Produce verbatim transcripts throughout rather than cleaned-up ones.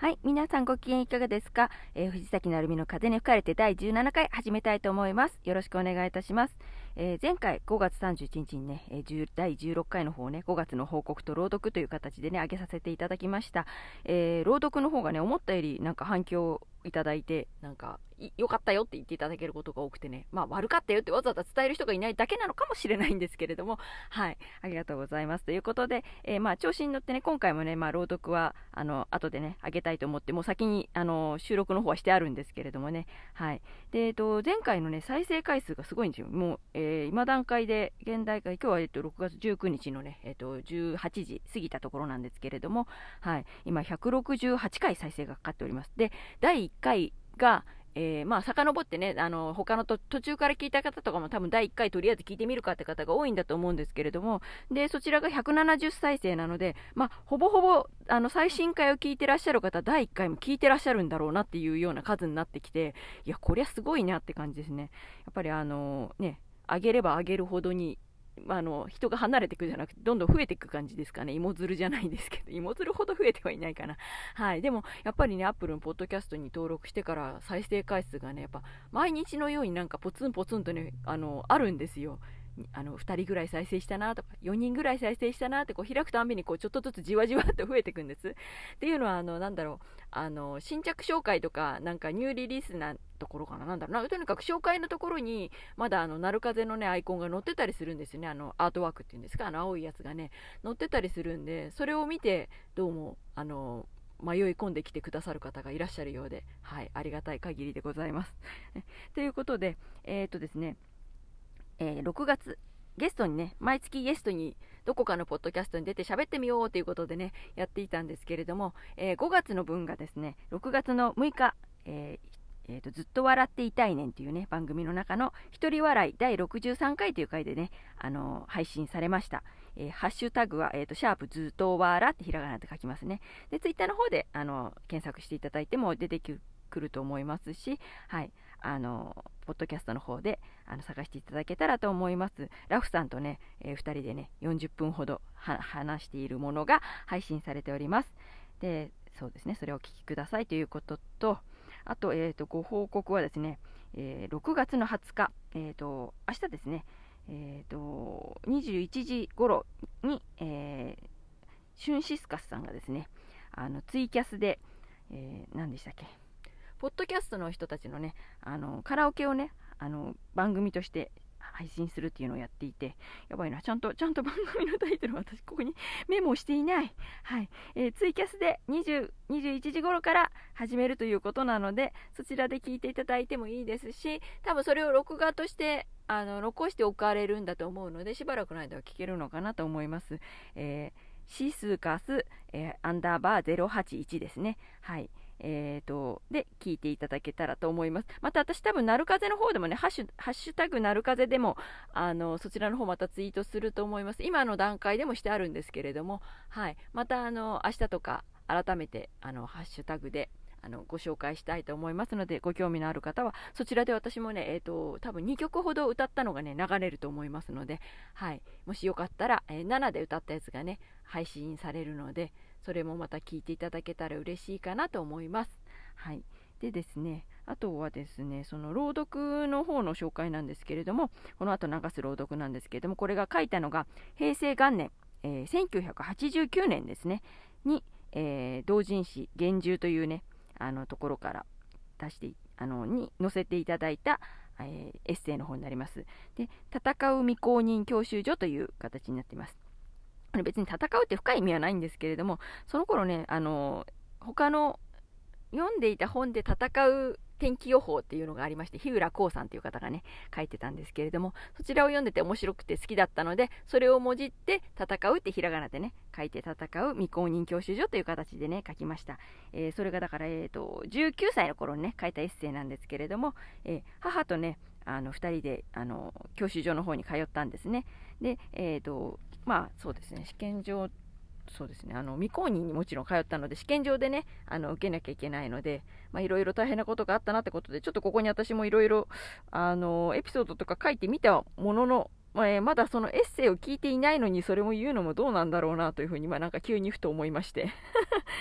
はい、皆さんご機嫌いかがですか？えー、藤崎鳴海の風に吹かれてだいじゅうななかい始めたいと思います。よろしくお願いいたします。えー、前回ごがつさんじゅういちにちにね、えー、だいじゅうろっかいの方ね、ごがつの報告と朗読という形でね、上げさせていただきました。えー、朗読の方がね、思ったよりなんか反響いただいて、なんか良かったよって言っていただけることが多くてね、まあ悪かったよってわざわざ伝える人がいないだけなのかもしれないんですけれども、はい、ありがとうございますということで、えー、まあ調子に乗ってね、今回もね、まあ朗読はあの後でね、あげたいと思って、もう先にあの収録の方はしてあるんですけれどもね、はい。で、えっと、前回のね、再生回数がすごいんですよ。もう、えー、今段階で、現代回、今日は、えっと、ろくがつじゅうくにちのね、えっと、じゅうはちじ過ぎたところなんですけれども、はい。今、ひゃくろくじゅうはちかい再生がかかっております。で、だいいっかいが、えー、まあ遡ってね、あの他のと途中から聞いた方とかも多分だいいっかいとりあえず聞いてみるかって方が多いんだと思うんですけれども、でそちらがひゃくななじゅっさいせいなので、まあ、ほぼほぼあの最新回を聞いてらっしゃる方、だいいっかいも聞いてらっしゃるんだろうなっていうような数になってきて、いやこりゃすごいなって感じですね。やっぱりあのね、上げれば上げるほどにまあ、あの人が離れていくじゃなくてどんどん増えていく感じですかね。芋づるじゃないですけど、芋づるほど増えてはいないかな。はい。でもやっぱりね、アップルのポッドキャストに登録してから再生回数がね、やっぱ毎日のようになんかポツンポツンとね、あのあるんですよ。あのふたりぐらい再生したなとかよにんぐらい再生したなってこう開くたんびにこうちょっとずつじわじわっと増えていくんです。っていうのはあのなんだろう、あの新着紹介とかなんかニューリリースなところかな、なんだろうな、とにかく紹介のところにまだあのなる風のねアイコンが載ってたりするんですよね。あのアートワークっていうんですか、あの青いやつがね載ってたりするんで、それを見てどうもあの迷い込んできてくださる方がいらっしゃるようで、はい、ありがたい限りでございます。ということで、えー、っとですねえー、ろくがつゲストにね、毎月ゲストにどこかのポッドキャストに出て喋ってみようということでね、やっていたんですけれども、えー、ごがつの分がですね、ろくがつのむいか、えーえー、とずっと笑っていたいねんというね、番組の中の一人笑いだいろくじゅうさんかいという回でね、あのー、配信されました。えー、ハッシュタグは、えー、とシャープずっと笑ってひらがなで書きますね。で、ツイッターの方で、あのー、検索していただいても出てくると思いますし、はい、あのポッドキャストの方であの探していただけたらと思います。ラフさんとね、えー、ふたりでねよんじゅっぷんほど話しているものが配信されております。で、そうですね、それをお聞きくださいということと、あと、えーとご報告はですね、えー、ろくがつのはつか、えーと明日ですね、えーとにじゅういちじ頃に、えー、シュンシスカスさんがですね、あのツイキャスで、えー、何でしたっけ、ポッドキャストの人たちのね、あのカラオケをね、あの番組として配信するっていうのをやっていて、やばいな、ちゃんとちゃんと番組のタイトルを私ここにメモしていない。はい、えー、ツイキャスでにじゅう、にじゅういちじ頃から始めるということなので、そちらで聞いていただいてもいいですし、多分それを録画としてあの残しておかれるんだと思うので、しばらくの間は聞けるのかなと思います。えー、シスカス、えー、アンダーバーゼロはちいちですね。はい。えーと、で聞いていただけたらと思います。また私多分なる風の方でもね、ハッシュ、ハッシュタグなる風でもあのそちらの方またツイートすると思います。今の段階でもしてあるんですけれども、はい、またあの明日とか改めてあのハッシュタグであのご紹介したいと思いますので、ご興味のある方はそちらで私もね、えーと多分にきょくほど歌ったのがね流れると思いますので、はい、もしよかったら、えー、ななで歌ったやつがね配信されるので、それもまた聞いていただけたら嬉しいかなと思います。はい。でですね、あとはですね、その朗読の方の紹介なんですけれども、この後流す朗読なんですけれども、これが書いたのがへいせいがんねん、えー、せんきゅうひゃくはちじゅうきゅうねんですねに、えー、同人誌幻獣というねあのところから出してあのに載せていただいた、えー、エッセイの方になります。で、戦う未公認教習所という形になっています。別に戦うって深い意味はないんですけれども、その頃ね、あの他の読んでいた本で戦う天気予報っていうのがありまして、日浦光さんという方がね書いてたんですけれども、そちらを読んでて面白くて好きだったので、それをもじって戦うってひらがなでね書いて、戦う未公認教習所という形でね書きました。えー、それがだから、えーとじゅうきゅうさいの頃にね書いたエッセイなんですけれども、えー、母とねあのふたりであの教習所の方に通ったんですね。で、えーとまあそうですね、試験場、そうですね、あの未公認にもちろん通ったので、試験場でねあの受けなきゃいけないので、いろいろ大変なことがあったなってことで、ちょっとここに私もいろいろエピソードとか書いてみたものの、まあえー、まだそのエッセイを聞いていないのにそれも言うのもどうなんだろうなというふうに、まあ、なんか急にふと思いまして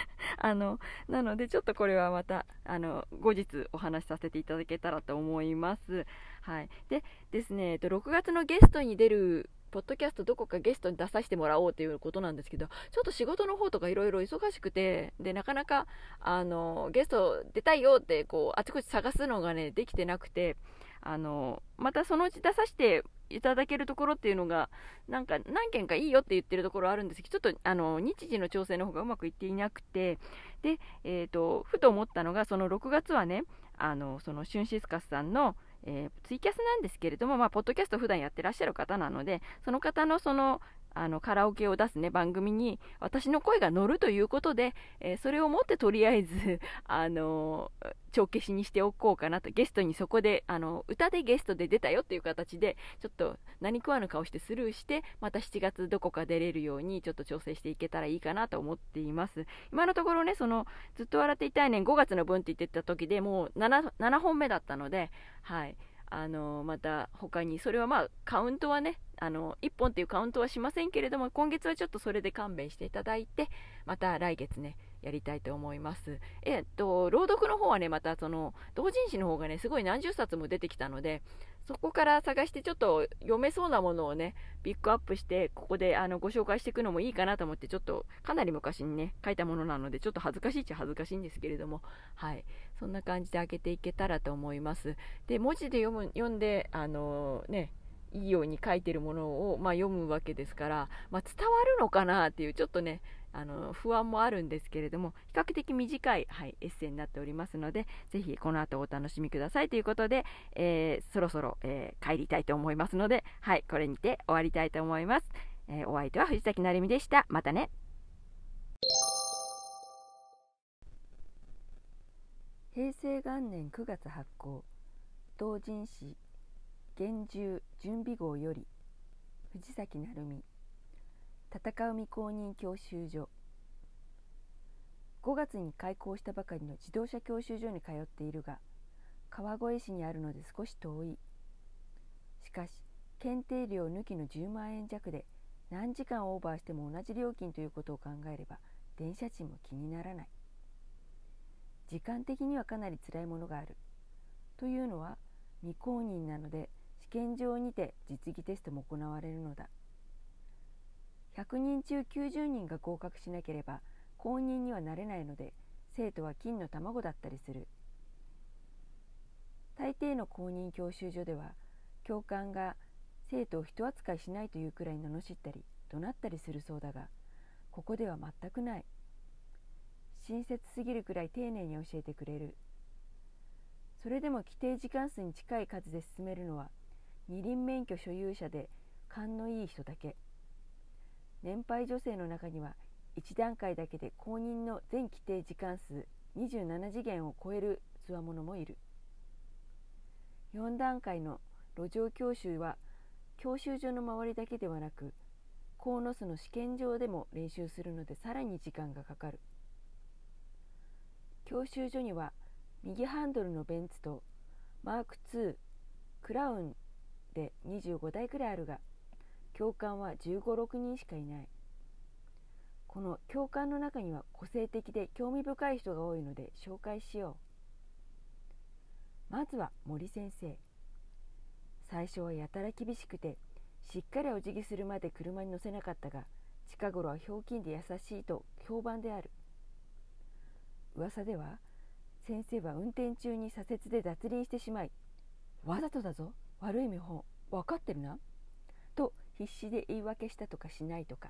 あのなのでちょっとこれはまたあの後日お話しさせていただけたらと思います。はい、でですね、えっと、ろくがつのゲストに出るポッドキャストどこかゲストに出させてもらおうということなんですけど、ちょっと仕事の方とかいろいろ忙しくて、でなかなかあのゲスト出たいよってこうあちこち探すのがねできてなくて、あのまたそのうち出させていただけるところっていうのがなんか何件かいいよって言ってるところあるんですけど、ちょっとあの日時の調整の方がうまくいっていなくて、で、えーと、ふと思ったのが、そのろくがつはね、あのそのシュンシスカスさんのえー、ツイキャスなんですけれども、まあ、ポッドキャスト普段やってらっしゃる方なので、その方のそのあのカラオケを出す、ね、番組に私の声が乗るということで、えー、それをもってとりあえず、あのー、帳消しにしておこうかなと、ゲストにそこであの歌でゲストで出たよっていう形でちょっと何食わぬ顔してスルーして、またしちがつどこか出れるようにちょっと調整していけたらいいかなと思っています。今のところね、そのずっと笑っていたいねんごがつの分って言ってた時でもう 7, ななほんめだったので、はい、あのまた他に、それはまあカウントはね、あのいっぽんっていうカウントはしませんけれども、今月はちょっとそれで勘弁していただいて、また来月ねやりたいと思います。えっと朗読の方はね、またその同人誌の方がねすごい何十冊も出てきたので、そこから探してちょっと読めそうなものをねピックアップしてここであのご紹介していくのもいいかなと思って、ちょっとかなり昔にね書いたものなのでちょっと恥ずかしいっちゃ恥ずかしいんですけれども、はい、そんな感じで開けていけたらと思います。で文字で読む読んであのー、ねいいように書いてるものを、まあ、読むわけですから、まあ、伝わるのかなっていうちょっとねあの不安もあるんですけれども、比較的短い、はい、エッセイになっておりますので、ぜひこの後お楽しみくださいということで、えー、そろそろ、えー、帰りたいと思いますので、はい、これにて終わりたいと思います。えー、お相手は藤崎なるみでした。またね。へいせいがんねんくがつ発行、同人誌厳重準備号より藤崎なるみ、戦う未公認教習所。ごがつに開校したばかりの自動車教習所に通っているが、川越市にあるので少し遠い。しかし検定料抜きのじゅうまんえん弱で何時間オーバーしても同じ料金ということを考えれば電車賃も気にならない。時間的にはかなり辛いものがある。というのは未公認なので試験場にて実技テストも行われるのだ。ひゃくにんちゅうきゅうじゅうにんが合格しなければ公認にはなれないので、生徒は金の卵だったりする。大抵の公認教習所では教官が生徒を人扱いしないというくらい罵ったり怒鳴ったりするそうだが、ここでは全くない。親切すぎるくらい丁寧に教えてくれる。それでも規定時間数に近い数で進めるのは二輪免許所有者で勘のいい人だけ。年配女性の中にはいち段階だけで公認の全規定時間数にじゅうなな次元を超える強者もいる。よん段階の路上教習は教習所の周りだけではなく、鴻巣の試験場でも練習するのでさらに時間がかかる。教習所には右ハンドルのベンツとマークツー、クラウンでにじゅうごだいくらいあるが、教官はじゅうご、ろくにんしかいない。この教官の中には個性的で興味深い人が多いので紹介しよう。まずは森先生。最初はやたら厳しくて、しっかりお辞儀するまで車に乗せなかったが、近頃はひょうきんで優しいと評判である。噂では先生は運転中に左折で脱輪してしまい、わざとだぞ、悪い見本分かってるなと必死で言い訳したとかしないとか。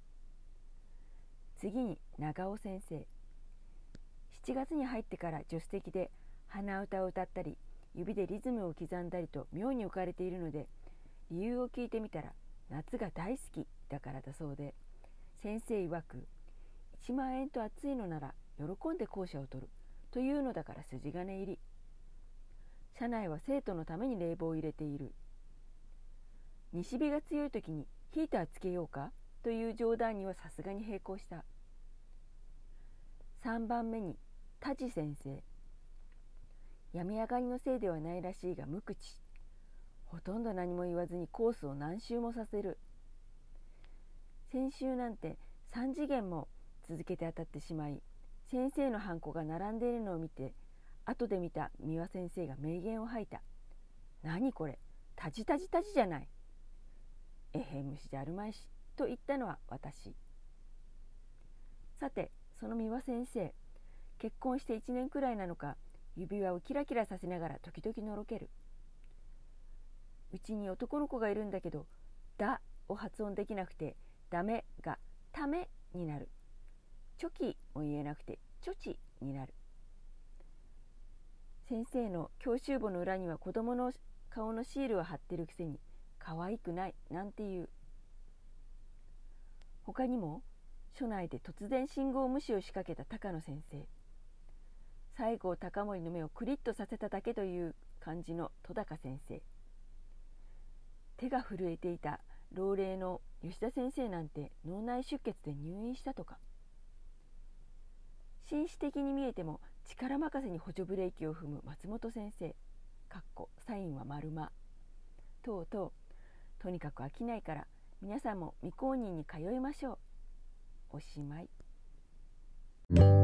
次に長尾先生。しちがつに入ってから助手席で鼻歌を歌ったり指でリズムを刻んだりと妙に浮かれているので、理由を聞いてみたら夏が大好きだからだそうで、先生曰くいちまんえんと熱いのなら喜んで校舎を取るというのだから筋金入り。車内は生徒のために冷房を入れている。西日が強い時にヒーターつけようかという冗談にはさすがに並行した。さんばんめに田地先生。病み上がりのせいではないらしいが無口。ほとんど何も言わずにコースを何周もさせる。先週なんてさん次元も続けて当たってしまい、 先生のハンコが並んでいるのを見て、後で見た三輪先生が名言を吐いた。何これ、タジタジタジじゃない。えへ虫じゃあるまいし、と言ったのは私。さて、その三輪先生、結婚していちねんくらいなのか、指輪をキラキラさせながら時々のろける。うちに男の子がいるんだけど、だを発音できなくて、ダメがためになる。チョキも言えなくて、チョチになる。先生の教習簿の裏には子供の顔のシールを貼ってるくせに、可愛くないなんて言う。他にも、署内で突然信号無視を仕掛けた高野先生。西郷隆盛の目をクリッとさせただけという感じの戸高先生。手が震えていた老齢の吉田先生なんて脳内出血で入院したとか。紳士的に見えても力任せに補助ブレーキを踏む松本先生。かっこサインは丸間。とうとう、とにかく飽きないから皆さんも未公認に通いましょう。おしまい。